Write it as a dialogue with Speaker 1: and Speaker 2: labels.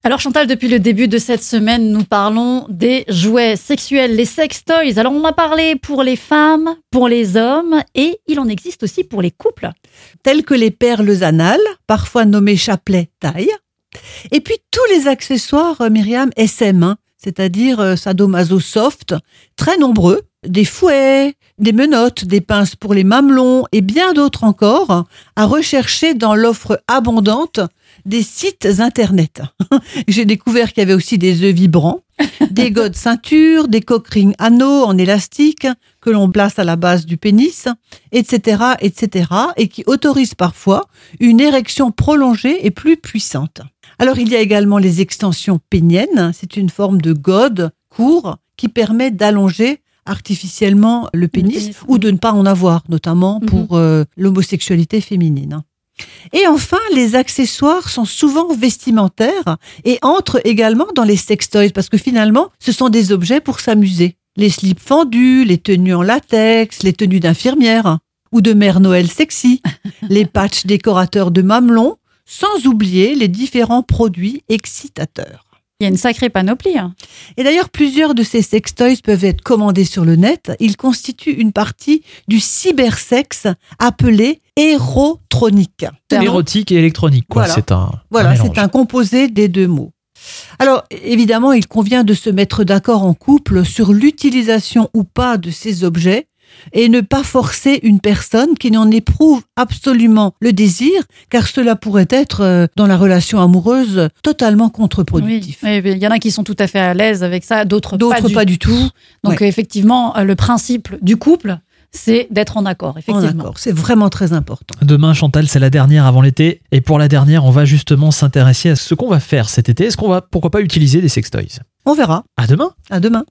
Speaker 1: Alors Chantal, depuis le début de cette semaine, nous parlons des jouets sexuels, les sex toys. Alors on a parlé pour les femmes, pour les hommes et il en existe aussi pour les couples.
Speaker 2: Tels que les perles anales, parfois nommées chapelets taille. Et puis tous les accessoires, Myriam, SM, c'est-à-dire sadomaso soft, très nombreux. Des fouets, des menottes, des pinces pour les mamelons et bien d'autres encore à rechercher dans l'offre abondante des sites internet. J'ai découvert qu'il y avait aussi des œufs vibrants, des godes ceinture, des coquerings anneaux en élastique que l'on place à la base du pénis, etc., etc., et qui autorisent parfois une érection prolongée et plus puissante. Alors, il y a également les extensions péniennes. C'est une forme de gode court qui permet d'allonger artificiellement le pénis ou de ne pas en avoir, notamment pour l'homosexualité féminine. Et enfin, les accessoires sont souvent vestimentaires et entrent également dans les sextoys parce que finalement, ce sont des objets pour s'amuser. Les slips fendus, les tenues en latex, les tenues d'infirmière ou de mère Noël sexy, les patchs décorateurs de mamelons, sans oublier les différents produits excitateurs.
Speaker 1: Il y a une sacrée panoplie.
Speaker 2: Et d'ailleurs, plusieurs de ces sextoys peuvent être commandés sur le net. Ils constituent une partie du cybersexe appelé érotronique.
Speaker 3: Érotique et électronique, quoi.
Speaker 2: Voilà. C'est un composé des deux mots. Alors, évidemment, il convient de se mettre d'accord en couple sur l'utilisation ou pas de ces objets et ne pas forcer une personne qui n'en éprouve absolument le désir, car cela pourrait être, dans la relation amoureuse, totalement contre-productif.
Speaker 1: Oui, il y en a qui sont tout à fait à l'aise avec ça, d'autres pas du tout. Donc, effectivement, le principe du couple, c'est d'être en accord, effectivement.
Speaker 2: En accord, c'est vraiment très important.
Speaker 3: Demain, Chantal, c'est la dernière avant l'été. Et pour la dernière, on va justement s'intéresser à ce qu'on va faire cet été. Est-ce qu'on va, pourquoi pas, utiliser des sextoys ?
Speaker 2: On verra.
Speaker 3: À demain.
Speaker 2: À demain.